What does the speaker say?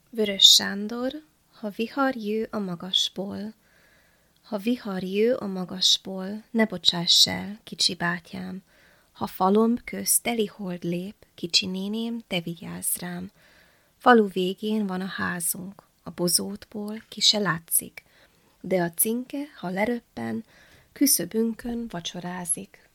Vörös Sándor, ha vihar jő a magasból. Ha vihar jő a magasból, ne bocsáss el, kicsi bátyám. Ha falom közt teli hold lép, kicsi néném, te vigyázz rám. Falu végén van a házunk, a bozótból ki se látszik, de a cinke, ha leröppen, küszöbünkön vacsorázik.